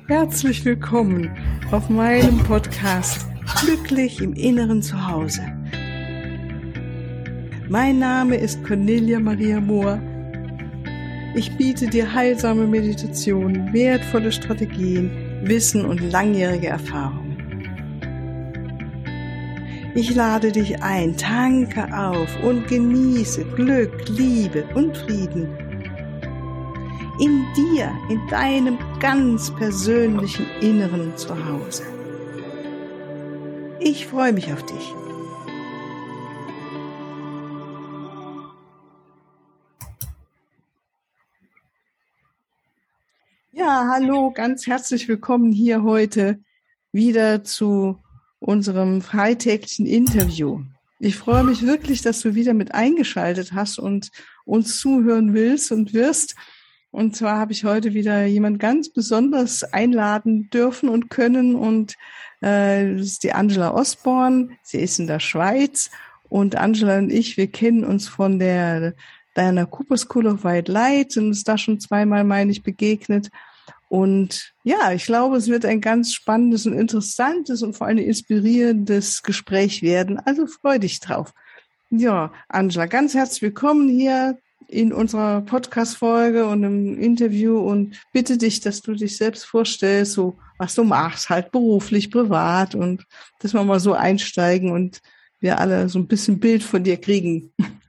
Herzlich willkommen auf meinem Podcast Glücklich im Inneren Zuhause. Mein Name ist Cornelia Maria Mohr. Ich biete dir heilsame Meditationen, wertvolle Strategien, Wissen und langjährige Erfahrung. Ich lade dich ein, tanke auf und genieße Glück, Liebe und Frieden. In dir, in deinem ganz persönlichen Inneren Zuhause. Ich freue mich auf dich. Ja, hallo, ganz herzlich willkommen hier heute wieder zu unserem freitäglichen Interview. Ich freue mich wirklich, dass du wieder mit eingeschaltet hast und uns zuhören willst und wirst. Und zwar habe ich heute wieder jemand ganz besonders einladen dürfen und können. Und das ist die Angela Osborn. Sie ist in der Schweiz. Und Angela und ich, wir kennen uns von der Diana Cooper School of White Light, sind uns da schon zweimal, meine ich, begegnet. Und ja, ich glaube, es wird ein ganz spannendes und interessantes und vor allem inspirierendes Gespräch werden. Also freu dich drauf. Ja, Angela, ganz herzlich willkommen hier in unserer Podcast-Folge und im Interview und bitte dich, dass du dich selbst vorstellst, so was du machst, halt beruflich, privat und dass wir mal so einsteigen und wir alle so ein bisschen Bild von dir kriegen.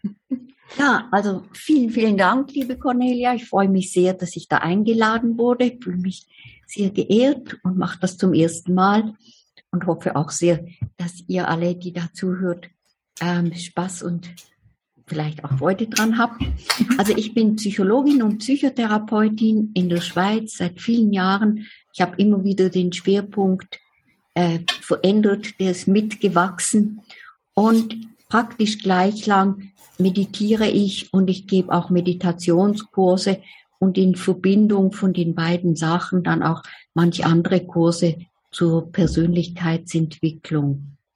Ja, also vielen, vielen Dank, liebe Cornelia. Ich freue mich sehr, dass ich da eingeladen wurde. Ich fühle mich sehr geehrt und mache das zum ersten Mal und hoffe auch sehr, dass ihr alle, die da zuhört, Spaß und vielleicht auch Freude dran habt. Also ich bin Psychologin und Psychotherapeutin in der Schweiz seit vielen Jahren. Ich habe immer wieder den Schwerpunkt verändert, der ist mitgewachsen und praktisch gleich lang meditiere ich und ich gebe auch Meditationskurse und in Verbindung von den beiden Sachen dann auch manche andere Kurse zur Persönlichkeitsentwicklung.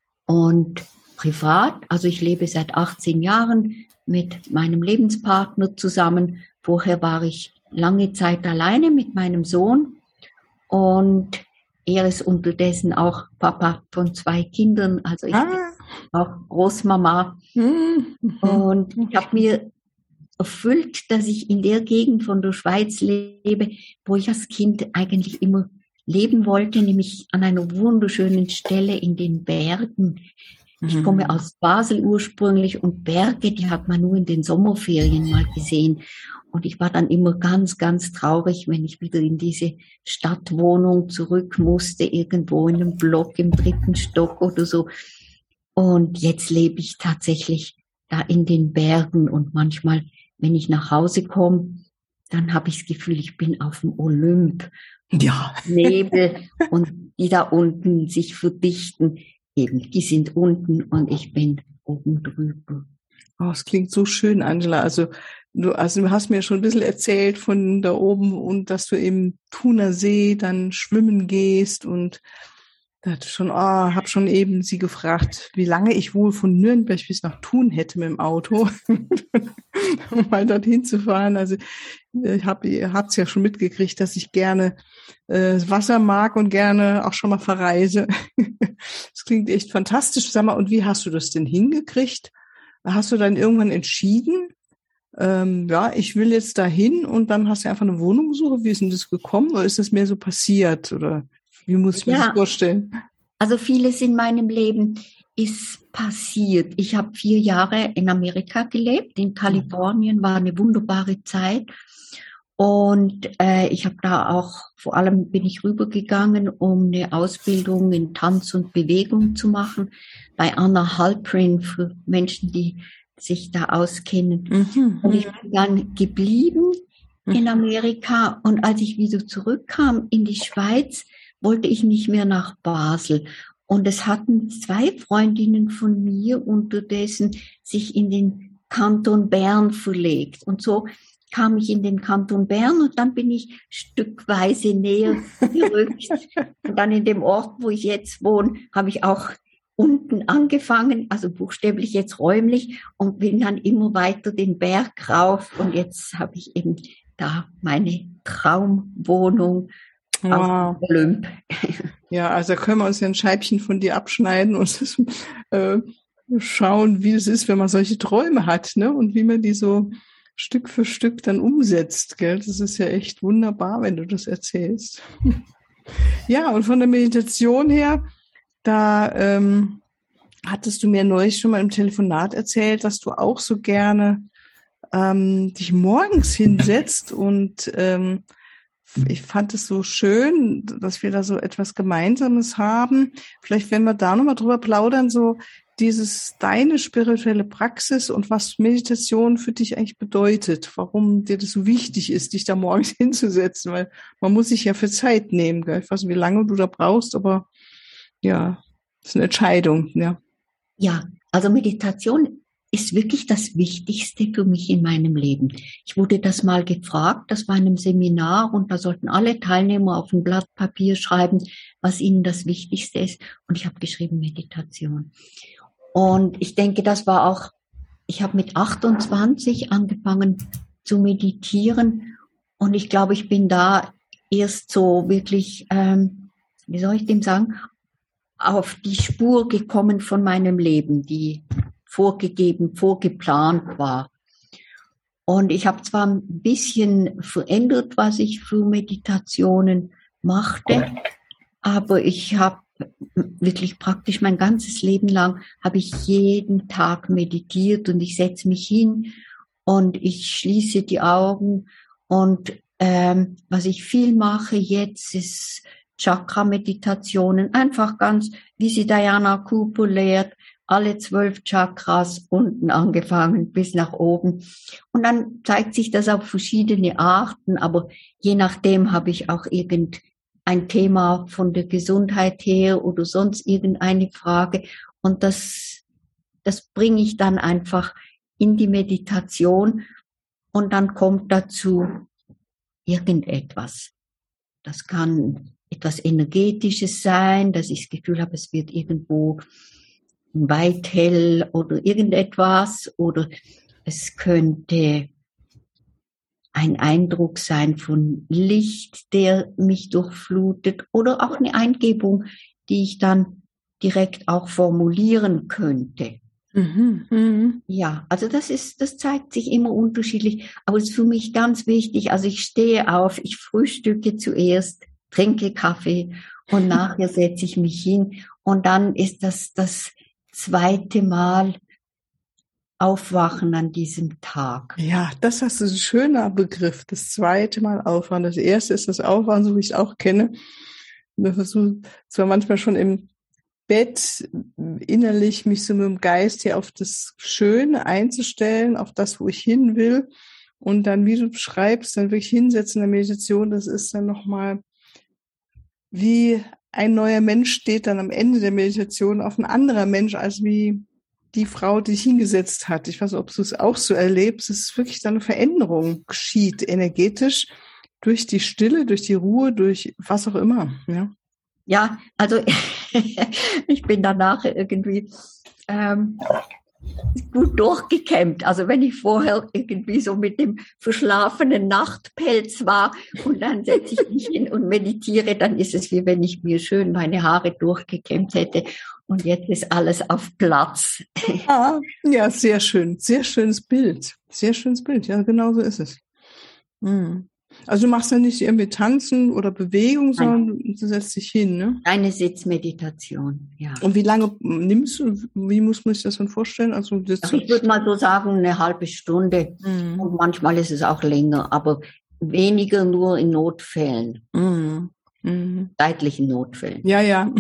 Und privat, also ich lebe seit 18 Jahren mit meinem Lebenspartner zusammen. Vorher war ich lange Zeit alleine mit meinem Sohn und er ist unterdessen auch Papa von 2 Kindern, also ich bin auch Großmama. Und ich habe mir erfüllt, dass ich in der Gegend von der Schweiz lebe, wo ich als Kind eigentlich immer leben wollte, nämlich an einer wunderschönen Stelle in den Bergen. Ich komme aus Basel ursprünglich und Berge, die hat man nur in den Sommerferien mal gesehen. Und ich war dann immer ganz, ganz traurig, wenn ich wieder in diese Stadtwohnung zurück musste, irgendwo in einem Block im 3. Stock oder so. Und jetzt lebe ich tatsächlich da in den Bergen und manchmal, wenn ich nach Hause komme, dann habe ich das Gefühl, ich bin auf dem Olymp. Ja. Nebel und die da unten sich verdichten. Eben, die sind unten und ich bin oben drüber. Oh, es klingt so schön, Angela. Also du hast mir schon ein bisschen erzählt von da oben und dass du im Thuner See dann schwimmen gehst und da habe schon eben sie gefragt, wie lange ich wohl von Nürnberg bis nach Thun hätte mit dem Auto, um mal dorthin zu fahren. Also ihr habt's ja schon mitgekriegt, dass ich gerne Wasser mag und gerne auch schon mal verreise. Das klingt echt fantastisch. Sag mal, und wie hast du das denn hingekriegt? Hast du dann irgendwann entschieden, ich will jetzt dahin und dann hast du einfach eine Wohnung gesucht? Wie ist denn das gekommen? Oder ist das mehr so passiert? Oder wie muss ich mir das vorstellen? Also vieles in meinem Leben ist passiert. Ich habe 4 Jahre in Amerika gelebt, in Kalifornien, war eine wunderbare Zeit. Und ich habe da auch, vor allem bin ich rübergegangen, um eine Ausbildung in Tanz und Bewegung zu machen, bei Anna Halprin, für Menschen, die sich da auskennen. Und ich bin dann geblieben in Amerika. Und als ich wieder zurückkam in die Schweiz, wollte ich nicht mehr nach Basel. Und es hatten 2 Freundinnen von mir unterdessen sich in den Kanton Bern verlegt. Und so kam ich in den Kanton Bern und dann bin ich stückweise näher gerückt. Und dann in dem Ort, wo ich jetzt wohne, habe ich auch unten angefangen, also buchstäblich jetzt räumlich, und bin dann immer weiter den Berg rauf. Und jetzt habe ich eben da meine Traumwohnung Wow. Olymp. Ja, also da können wir uns ja ein Scheibchen von dir abschneiden und schauen, wie es ist, wenn man solche Träume hat, ne? Und wie man die so Stück für Stück dann umsetzt, gell? Das ist ja echt wunderbar, wenn du das erzählst. Ja, und von der Meditation her, da hattest du mir neulich schon mal im Telefonat erzählt, dass du auch so gerne dich morgens hinsetzt und ich fand es so schön, dass wir da so etwas Gemeinsames haben. Vielleicht, wenn wir da nochmal drüber plaudern, so deine spirituelle Praxis und was Meditation für dich eigentlich bedeutet, warum dir das so wichtig ist, dich da morgens hinzusetzen, weil man muss sich ja für Zeit nehmen, gell? Ich weiß nicht, wie lange du da brauchst, aber ja, das ist eine Entscheidung, ja. Ja, also Meditation ist wirklich das Wichtigste für mich in meinem Leben. Ich wurde das mal gefragt, das war in einem Seminar und da sollten alle Teilnehmer auf ein Blatt Papier schreiben, was ihnen das Wichtigste ist. Und ich habe geschrieben Meditation. Und ich denke, ich habe mit 28 angefangen zu meditieren und ich glaube, ich bin da erst so wirklich, wie soll ich dem sagen, auf die Spur gekommen von meinem Leben, die vorgeplant war. Und ich habe zwar ein bisschen verändert, was ich für Meditationen machte, aber ich habe wirklich praktisch mein ganzes Leben lang habe ich jeden Tag meditiert und ich setze mich hin und ich schließe die Augen und was ich viel mache jetzt ist Chakra-Meditationen, einfach ganz, wie sie Diana Cooper lehrt, alle 12 Chakras unten angefangen bis nach oben. Und dann zeigt sich das auf verschiedene Arten, aber je nachdem habe ich auch ein Thema von der Gesundheit her oder sonst irgendeine Frage. Und das bringe ich dann einfach in die Meditation und dann kommt dazu irgendetwas. Das kann etwas Energetisches sein, dass ich das Gefühl habe, es wird irgendwo weit hell oder irgendetwas, oder es könnte ein Eindruck sein von Licht, der mich durchflutet, oder auch eine Eingebung, die ich dann direkt auch formulieren könnte. Ja, also das zeigt sich immer unterschiedlich, aber es ist für mich ganz wichtig. Also ich stehe auf, ich frühstücke zuerst, trinke Kaffee und nachher setze ich mich hin und dann ist das zweite Mal Aufwachen an diesem Tag. Ja, das ist ein schöner Begriff, das zweite Mal Aufwachen. Das erste ist das Aufwachen, so wie ich es auch kenne. Wir versuchen zwar manchmal schon im Bett innerlich mich so mit dem Geist hier auf das Schöne einzustellen, auf das, wo ich hin will. Und dann, wie du beschreibst, dann wirklich hinsetzen in der Meditation, das ist dann nochmal wie ein neuer Mensch steht dann am Ende der Meditation auf ein anderer Mensch, als wie die Frau, die sich hingesetzt hat. Ich weiß nicht, ob du es auch so erlebst. Es ist wirklich dann eine Veränderung geschieht, energetisch, durch die Stille, durch die Ruhe, durch was auch immer. Ja, ja, also ich bin danach irgendwie gut durchgekämmt. Also wenn ich vorher irgendwie so mit dem verschlafenen Nachtpelz war und dann setze ich mich hin und meditiere, dann ist es wie wenn ich mir schön meine Haare durchgekämmt hätte und jetzt ist alles auf Platz. Ja, sehr schön. Sehr schönes Bild. Sehr schönes Bild. Ja, genau so ist es. Also du machst ja nicht irgendwie Tanzen oder Bewegung, sondern du setzt dich hin, ne? Eine Sitzmeditation, ja. Und wie lange nimmst du, wie muss man sich das dann vorstellen? Also ich würde mal so sagen, eine halbe Stunde. Und manchmal ist es auch länger, aber weniger nur in Notfällen. Zeitlichen Notfällen. Ja, ja.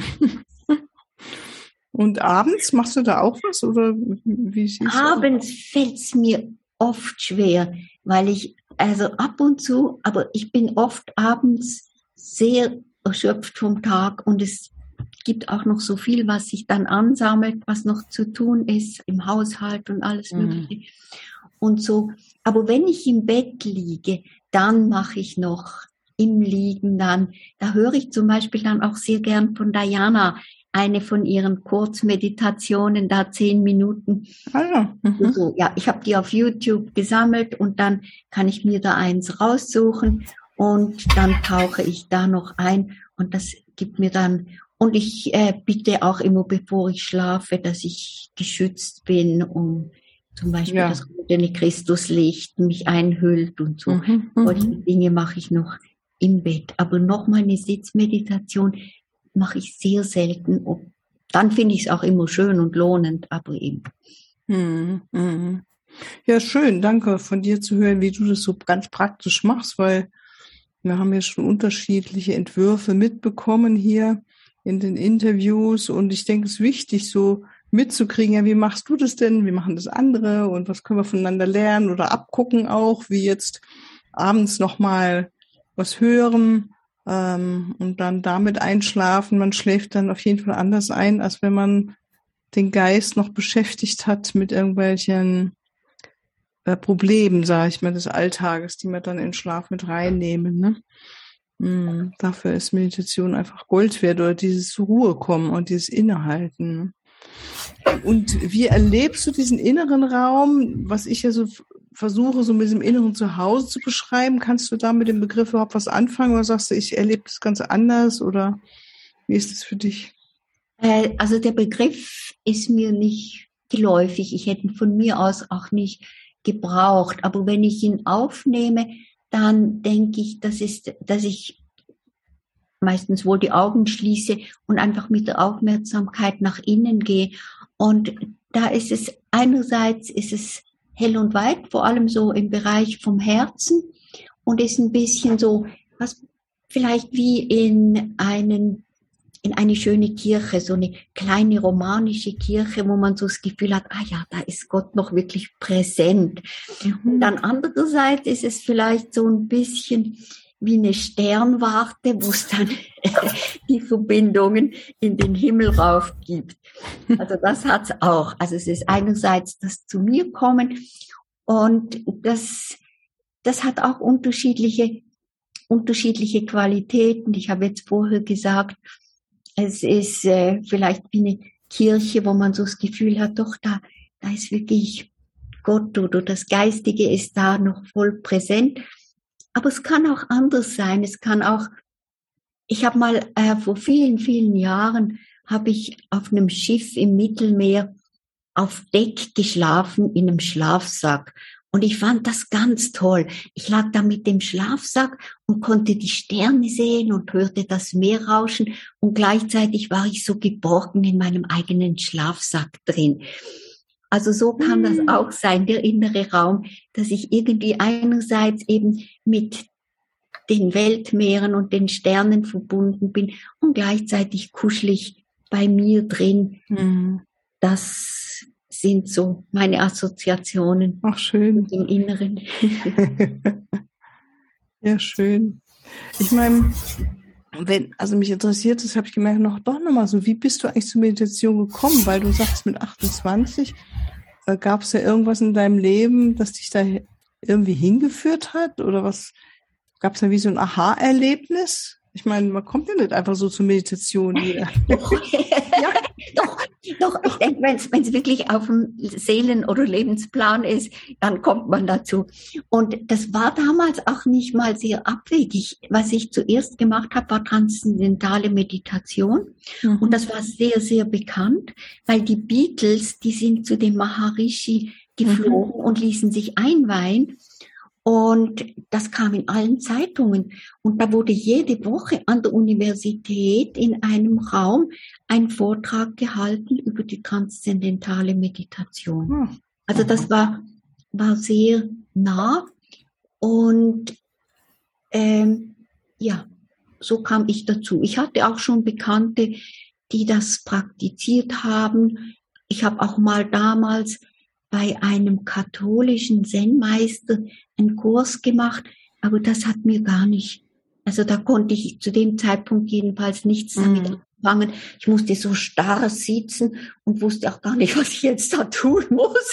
Und abends machst du da auch was? Oder wie siehst du? Abends fällt es mir oft schwer, weil ich ab und zu, aber ich bin oft abends sehr erschöpft vom Tag und es gibt auch noch so viel, was sich dann ansammelt, was noch zu tun ist im Haushalt und alles Mögliche und so. Aber wenn ich im Bett liege, dann mache ich noch im Liegen da höre ich zum Beispiel dann auch sehr gern von Diana eine von ihren Kurzmeditationen, da 10 Minuten. So, ja, ich habe die auf YouTube gesammelt und dann kann ich mir da eins raussuchen und dann tauche ich da noch ein und das gibt mir dann, und ich bitte auch immer, bevor ich schlafe, dass ich geschützt bin, um zum Beispiel das goldene Christuslicht mich einhüllt und so. Solche Dinge mache ich noch im Bett. Aber nochmal eine Sitzmeditation mache ich sehr selten. Dann finde ich es auch immer schön und lohnend, aber eben. Ja, schön. Danke von dir zu hören, wie du das so ganz praktisch machst, weil wir haben ja schon unterschiedliche Entwürfe mitbekommen hier in den Interviews und ich denke, es ist wichtig, so mitzukriegen, ja, wie machst du das denn? Wie machen das andere? Und was können wir voneinander lernen oder abgucken auch, wie jetzt abends nochmal was hören und dann damit einschlafen. Man schläft dann auf jeden Fall anders ein, als wenn man den Geist noch beschäftigt hat mit irgendwelchen Problemen, sage ich mal, des Alltages, die wir dann in den Schlaf mit reinnehmen. Ne? Dafür ist Meditation einfach Gold wert oder dieses zur Ruhe kommen und dieses Innehalten. Ne? Und wie erlebst du diesen inneren Raum, was ich ja so versuche, so mit diesem inneren Zuhause zu beschreiben? Kannst du da mit dem Begriff überhaupt was anfangen oder sagst du, ich erlebe das Ganze anders oder wie ist das für dich? Also der Begriff ist mir nicht geläufig. Ich hätte ihn von mir aus auch nicht gebraucht. Aber wenn ich ihn aufnehme, dann denke ich, dass ich meistens wohl die Augen schließe und einfach mit der Aufmerksamkeit nach innen gehe. Und da ist es, einerseits ist es hell und weit, vor allem so im Bereich vom Herzen und ist ein bisschen so, was vielleicht wie in eine schöne Kirche, so eine kleine romanische Kirche, wo man so das Gefühl hat, da ist Gott noch wirklich präsent. Und dann andererseits ist es vielleicht so ein bisschen wie eine Sternwarte, wo es dann die Verbindungen in den Himmel rauf gibt. Also das hat's auch. Also es ist einerseits das zu mir kommen und das hat auch unterschiedliche Qualitäten. Ich habe jetzt vorher gesagt, es ist vielleicht wie eine Kirche, wo man so das Gefühl hat, doch, da ist wirklich Gott oder das Geistige ist da noch voll präsent. Aber es kann auch anders sein. Es kann auch, ich habe mal vor vielen, vielen Jahren, habe ich auf einem Schiff im Mittelmeer auf Deck geschlafen in einem Schlafsack. Und ich fand das ganz toll. Ich lag da mit dem Schlafsack und konnte die Sterne sehen und hörte das Meer rauschen. Und gleichzeitig war ich so geborgen in meinem eigenen Schlafsack drin. Also so kann das auch sein, der innere Raum, dass ich irgendwie einerseits eben mit den Weltmeeren und den Sternen verbunden bin und gleichzeitig kuschelig bei mir drin. Das sind so meine Assoziationen. Ach, schön. Mit dem Inneren. Ja, schön. Ich meine, mich interessiert, das habe ich gemerkt, noch mal so, wie bist du eigentlich zur Meditation gekommen? Weil du sagst, mit 28 gab es ja irgendwas in deinem Leben, das dich da irgendwie hingeführt hat? Oder was? Gab es da wie so ein Aha-Erlebnis? Ich meine, man kommt ja nicht einfach so zur Meditation hier. Doch, ich denke, wenn es wirklich auf dem Seelen- oder Lebensplan ist, dann kommt man dazu. Und das war damals auch nicht mal sehr abwegig. Was ich zuerst gemacht habe, war transzendentale Meditation. Und das war sehr, sehr bekannt, weil die Beatles, die sind zu dem Maharishi geflogen und ließen sich einweihen. Und das kam in allen Zeitungen. Und da wurde jede Woche an der Universität in einem Raum ein Vortrag gehalten über die transzendentale Meditation. Also das war sehr nah. Und so kam ich dazu. Ich hatte auch schon Bekannte, die das praktiziert haben. Ich habe auch mal damals bei einem katholischen Zen-Meister einen Kurs gemacht, aber das hat mir gar nicht, also da konnte ich zu dem Zeitpunkt jedenfalls nichts damit anfangen. Ich musste so starr sitzen und wusste auch gar nicht, was ich jetzt da tun muss.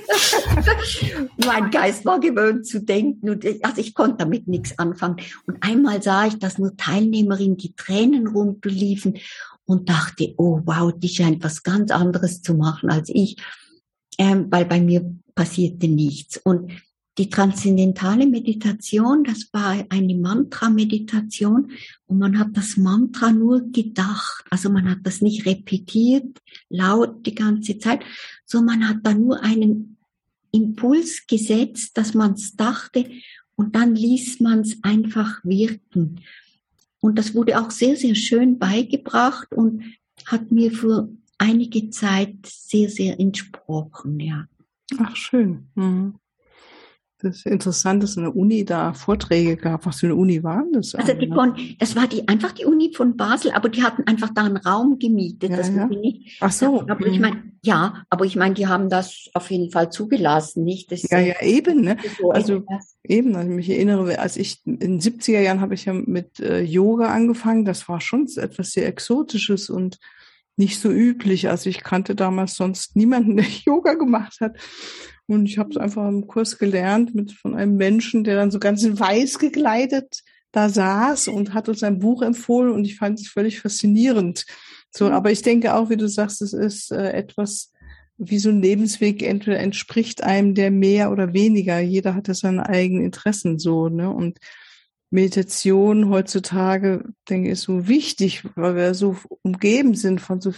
Mein Geist war gewöhnt zu denken und ich konnte damit nichts anfangen. Und einmal sah ich, dass eine Teilnehmerin die Tränen runterliefen und dachte, oh wow, die scheint was ganz anderes zu machen als ich. Weil bei mir passierte nichts. Und die transzendentale Meditation, das war eine Mantra-Meditation und man hat das Mantra nur gedacht. Also man hat das nicht repetiert, laut die ganze Zeit, sondern man hat da nur einen Impuls gesetzt, dass man es dachte und dann ließ man es einfach wirken. Und das wurde auch sehr, sehr schön beigebracht und hat mir für einige Zeit sehr, sehr entsprochen, ja. Ach, schön. Mhm. Das ist interessant, dass in der Uni da Vorträge gab. Was für eine Uni waren das? Also das war einfach die Uni von Basel, aber die hatten einfach da einen Raum gemietet. Ja, Das ja. nicht. Ach so. Aber ich meine, aber ich meine, die haben das auf jeden Fall zugelassen, nicht? Das, ja, eben, ne? so also etwas. Eben, also ich mich erinnere, als ich in den 70er Jahren habe ich ja mit Yoga angefangen. Das war schon etwas sehr Exotisches und nicht so üblich. Also ich kannte damals sonst niemanden, der Yoga gemacht hat. Und ich habe es einfach im Kurs gelernt von einem Menschen, der dann so ganz in weiß gekleidet da saß und hat uns ein Buch empfohlen und ich fand es völlig faszinierend. So, aber ich denke auch, wie du sagst, es ist etwas wie so ein Lebensweg, entweder entspricht einem der mehr oder weniger. Jeder hat ja seine eigenen Interessen so, ne? Und Meditation heutzutage, denke ich, ist so wichtig, weil wir so umgeben sind von so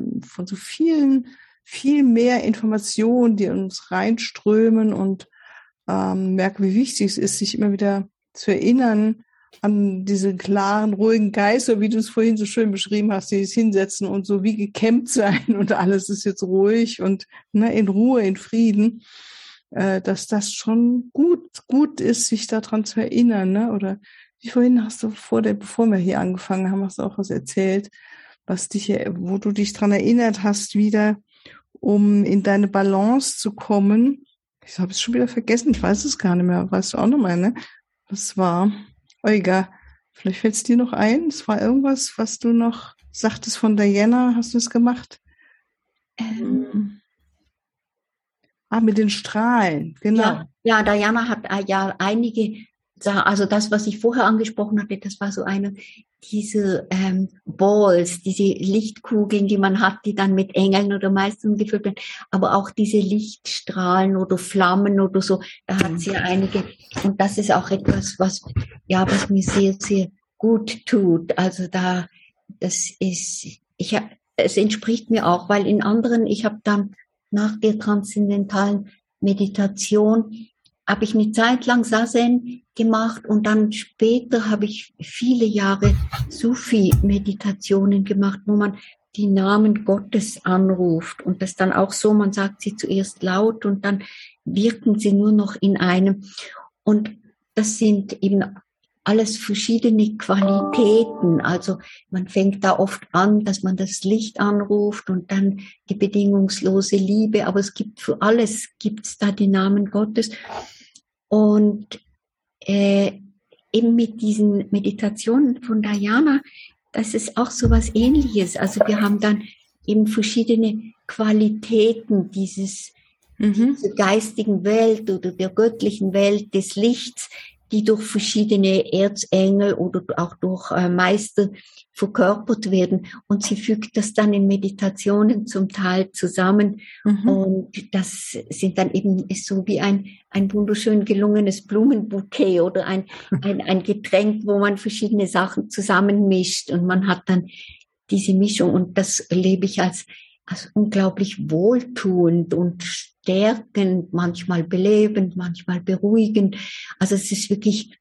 viel mehr Informationen, die in uns reinströmen und merke, wie wichtig es ist, sich immer wieder zu erinnern an diesen klaren, ruhigen Geist, oder wie du es vorhin so schön beschrieben hast, dieses Hinsetzen und so wie gekämmt sein und alles ist jetzt ruhig und in Ruhe, in Frieden, dass das schon gut ist, sich daran zu erinnern, ne? Oder wie vorhin hast du bevor wir hier angefangen haben, hast du auch was erzählt, wo du dich dran erinnert hast, wieder, um in deine Balance zu kommen. Ich habe es schon wieder vergessen, ich weiß es gar nicht mehr. Weißt du auch noch mal, ne? Das war, Olga, vielleicht fällt es dir noch ein? Es war irgendwas, was du noch sagtest von Diana, hast du es gemacht? Mit den Strahlen, genau. Ja, Diana hat ja einige, also das, was ich vorher angesprochen hatte, das war so diese Balls, diese Lichtkugeln, die man hat, die dann mit Engeln oder Meistern gefüllt werden, aber auch diese Lichtstrahlen oder Flammen oder so, da hat sie einige. Und das ist auch etwas, was mir sehr, sehr gut tut. Also es entspricht mir auch, weil in anderen, ich habe dann nach der transzendentalen Meditation habe ich eine Zeit lang Zazen gemacht und dann später habe ich viele Jahre Sufi-Meditationen gemacht, wo man die Namen Gottes anruft und das dann auch so, man sagt sie zuerst laut und dann wirken sie nur noch in einem. Und das sind eben alles verschiedene Qualitäten. Also man fängt da oft an, dass man das Licht anruft und dann die bedingungslose Liebe. Aber es gibt für alles, gibt's da die Namen Gottes. Und eben mit diesen Meditationen von Diana, das ist auch so was Ähnliches. Also wir haben dann eben verschiedene Qualitäten dieser geistigen Welt oder der göttlichen Welt des Lichts, die durch verschiedene Erzengel oder auch durch Meister verkörpert werden. Und sie fügt das dann in Meditationen zum Teil zusammen. Und das sind dann eben ist so wie ein wunderschön gelungenes Blumenbouquet oder ein Getränk, wo man verschiedene Sachen zusammenmischt. Und man hat dann diese Mischung. Und das erlebe ich als unglaublich wohltuend und stärkend, manchmal belebend, manchmal beruhigend. Also es ist wirklich,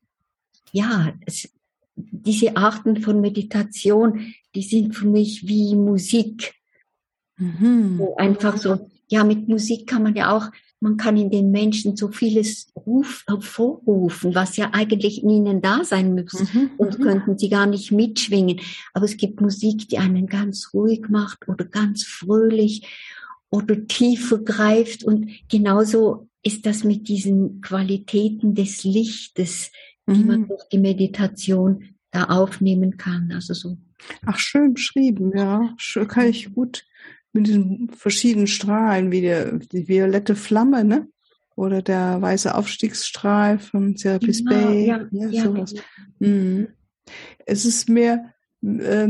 diese Arten von Meditation, die sind für mich wie Musik. So einfach so, mit Musik kann man kann in den Menschen so vieles hervorrufen, was ja eigentlich in ihnen da sein müsste, sonst könnten sie gar nicht mitschwingen. Aber es gibt Musik, die einen ganz ruhig macht oder ganz fröhlich oder tiefer greift. Und genauso ist das mit diesen Qualitäten des Lichtes, die man durch die Meditation da aufnehmen kann. Also so. Ach, schön beschrieben, ja. Kann ich gut mit diesen verschiedenen Strahlen, wie die violette Flamme, ne? Oder der weiße Aufstiegsstrahl von Serapis Bey. Sowas. Genau. Es ist mehr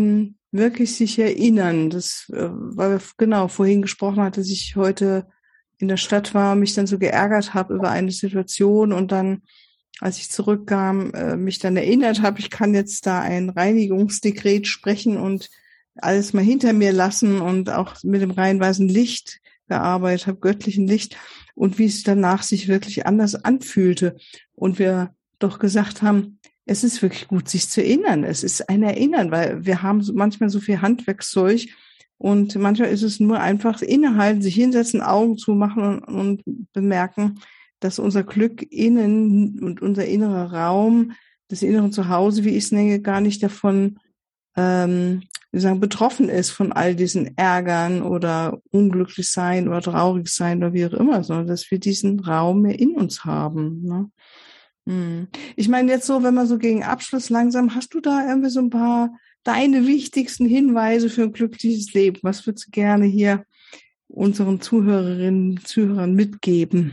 wirklich sich erinnern, weil wir vorhin gesprochen hatte, sich heute in der Stadt war, mich dann so geärgert habe über eine Situation und dann, als ich zurückkam, mich dann erinnert habe, ich kann jetzt da ein Reinigungsdekret sprechen und alles mal hinter mir lassen und auch mit dem rein weißen Licht gearbeitet habe, göttlichen Licht, und wie es danach sich wirklich anders anfühlte. Und wir doch gesagt haben, es ist wirklich gut, sich zu erinnern. Es ist ein Erinnern, weil wir haben manchmal so viel Handwerkszeug und manchmal ist es nur einfach innehalten, sich hinsetzen, Augen zumachen und bemerken, dass unser Glück innen und unser innerer Raum, das innere Zuhause, wie ich es nenne, gar nicht davon betroffen ist von all diesen Ärgern oder unglücklich sein oder traurig sein oder wie auch immer, sondern dass wir diesen Raum mehr in uns haben. Ne? Ich meine jetzt so, wenn man so gegen Abschluss langsam, hast du da irgendwie so ein paar deine wichtigsten Hinweise für ein glückliches Leben? Was würdest du gerne hier unseren Zuhörerinnen und Zuhörern mitgeben?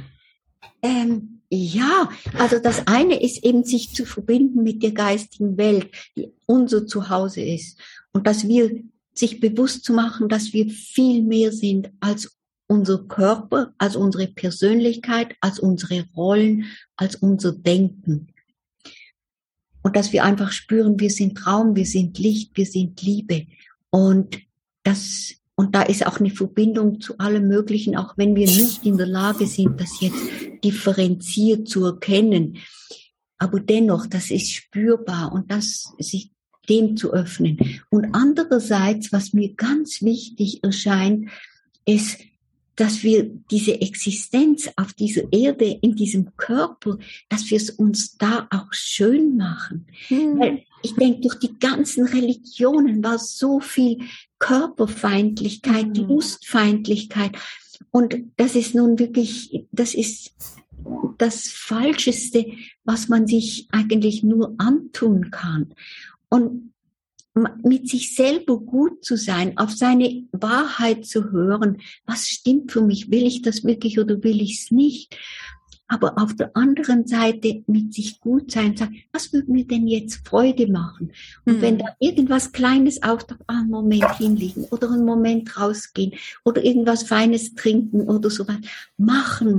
Ja, also das eine ist eben, sich zu verbinden mit der geistigen Welt, die unser Zuhause ist. Und dass wir sich bewusst zu machen, dass wir viel mehr sind als unser Körper, als unsere Persönlichkeit, als unsere Rollen, als unser Denken. Und dass wir einfach spüren, wir sind Raum, wir sind Licht, wir sind Liebe. Und da ist auch eine Verbindung zu allem Möglichen, auch wenn wir nicht in der Lage sind, das jetzt differenziert zu erkennen. Aber dennoch, das ist spürbar und das sich dem zu öffnen. Und andererseits, was mir ganz wichtig erscheint, ist, dass wir diese Existenz auf dieser Erde, in diesem Körper, dass wir es uns da auch schön machen. Weil ich denke, durch die ganzen Religionen war so viel Körperfeindlichkeit, Lustfeindlichkeit. Und das ist nun wirklich, das ist das Falscheste, was man sich eigentlich nur antun kann. Und mit sich selber gut zu sein, auf seine Wahrheit zu hören, was stimmt für mich, will ich das wirklich oder will ich es nicht? Aber auf der anderen Seite mit sich gut sein, sagen, was würde mir denn jetzt Freude machen? Und wenn da irgendwas Kleines auftaucht, einen Moment hinlegen oder einen Moment rausgehen oder irgendwas Feines trinken oder sowas, machen.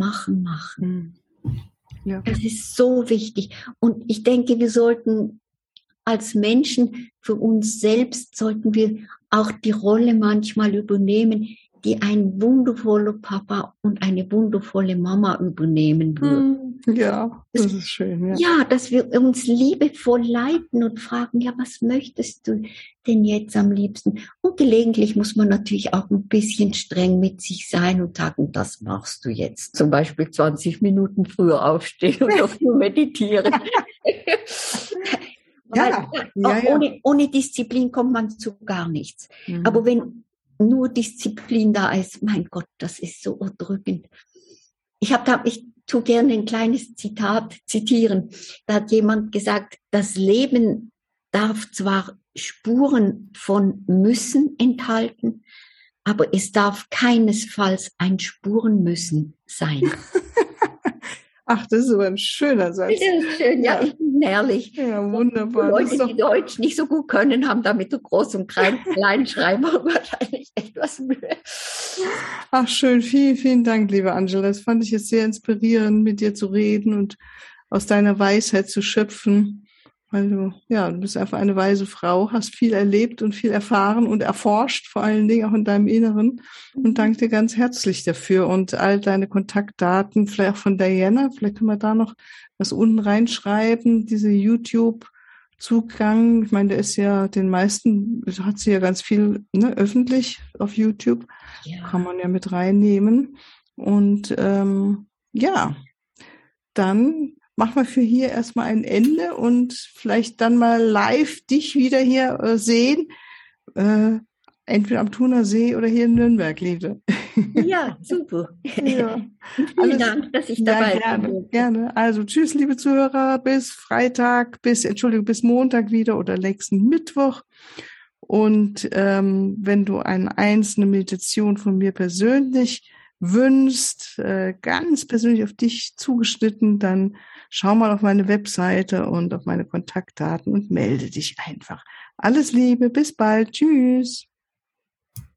Ja. Das ist so wichtig. Und ich denke, wir sollten als Menschen, für uns selbst, sollten wir auch die Rolle manchmal übernehmen, die ein wundervoller Papa und eine wundervolle Mama übernehmen würden. Ja, das ist schön. Ja. Ja, dass wir uns liebevoll leiten und fragen, ja, was möchtest du denn jetzt am liebsten? Und gelegentlich muss man natürlich auch ein bisschen streng mit sich sein und sagen, das machst du jetzt. Zum Beispiel 20 Minuten früher aufstehen und auf nur meditieren. Ja. Ohne Disziplin kommt man zu gar nichts. Aber wenn nur Disziplin da ist, mein Gott, das ist so erdrückend. Ich tue gerne ein kleines Zitat zitieren. Da hat jemand gesagt, das Leben darf zwar Spuren von müssen enthalten, aber es darf keinesfalls ein Spurenmüssen sein. Ach, das ist aber ein schöner Satz. Das ist schön, ja, ich bin herrlich. Ja, wunderbar. Leute, die Deutsch nicht so gut können, haben da mit der Groß- und Kleinschreibung wahrscheinlich etwas Mühe. Ach, schön. Vielen, vielen Dank, liebe Angela. Das fand ich jetzt sehr inspirierend, mit dir zu reden und aus deiner Weisheit zu schöpfen. Weil du bist einfach eine weise Frau, hast viel erlebt und viel erfahren und erforscht, vor allen Dingen auch in deinem Inneren. Und danke dir ganz herzlich dafür und all deine Kontaktdaten, vielleicht auch von Diana, vielleicht können wir da noch was unten reinschreiben, diese YouTube-Zugang. Ich meine, der ist ja den meisten, hat sie ja ganz viel öffentlich auf YouTube, kann man ja mit reinnehmen. Und dann machen wir für hier erstmal ein Ende und vielleicht dann mal live dich wieder hier sehen, entweder am Thuner See oder hier in Nürnberg, Liebe. Ja, super. Ja. Vielen Dank, dass ich dabei bin. Gerne. Also tschüss, liebe Zuhörer, bis Montag wieder oder nächsten Mittwoch. Und wenn du eine einzelne Meditation von mir persönlich wünschst, ganz persönlich auf dich zugeschnitten, dann schau mal auf meine Webseite und auf meine Kontaktdaten und melde dich einfach. Alles Liebe, bis bald, tschüss.